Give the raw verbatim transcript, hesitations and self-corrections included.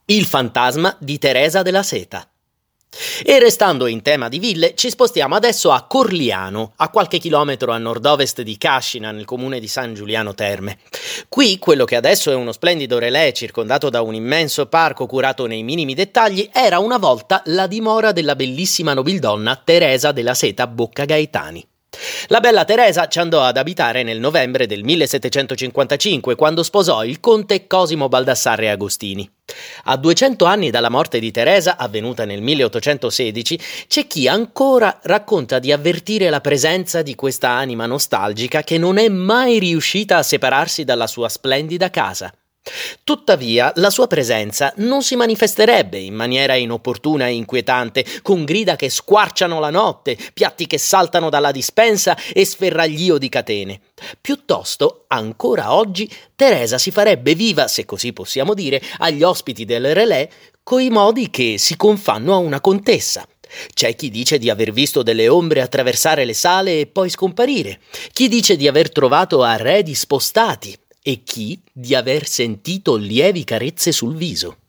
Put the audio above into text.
Il fantasma di Teresa della Seta. E restando in tema di ville, ci spostiamo adesso a Corliano, a qualche chilometro a nord-ovest di Cascina, nel comune di San Giuliano Terme. Qui, quello che adesso è uno splendido relè circondato da un immenso parco curato nei minimi dettagli, era una volta la dimora della bellissima nobildonna Teresa della Seta Bocca-Gaetani. La bella Teresa ci andò ad abitare nel novembre del millesettecentocinquantacinque, quando sposò il conte Cosimo Baldassarre Agostini. A duecento anni dalla morte di Teresa, avvenuta nel milleottocentosedici, c'è chi ancora racconta di avvertire la presenza di questa anima nostalgica che non è mai riuscita a separarsi dalla sua splendida casa. Tuttavia, la sua presenza non si manifesterebbe in maniera inopportuna e inquietante, con grida che squarciano la notte, piatti che saltano dalla dispensa e sferraglio di catene. Piuttosto, ancora oggi, Teresa si farebbe viva, se così possiamo dire, agli ospiti del relè, coi modi che si confanno a una contessa. C'è chi dice di aver visto delle ombre attraversare le sale e poi scomparire, chi dice di aver trovato arredi spostati, e chi di aver sentito lievi carezze sul viso.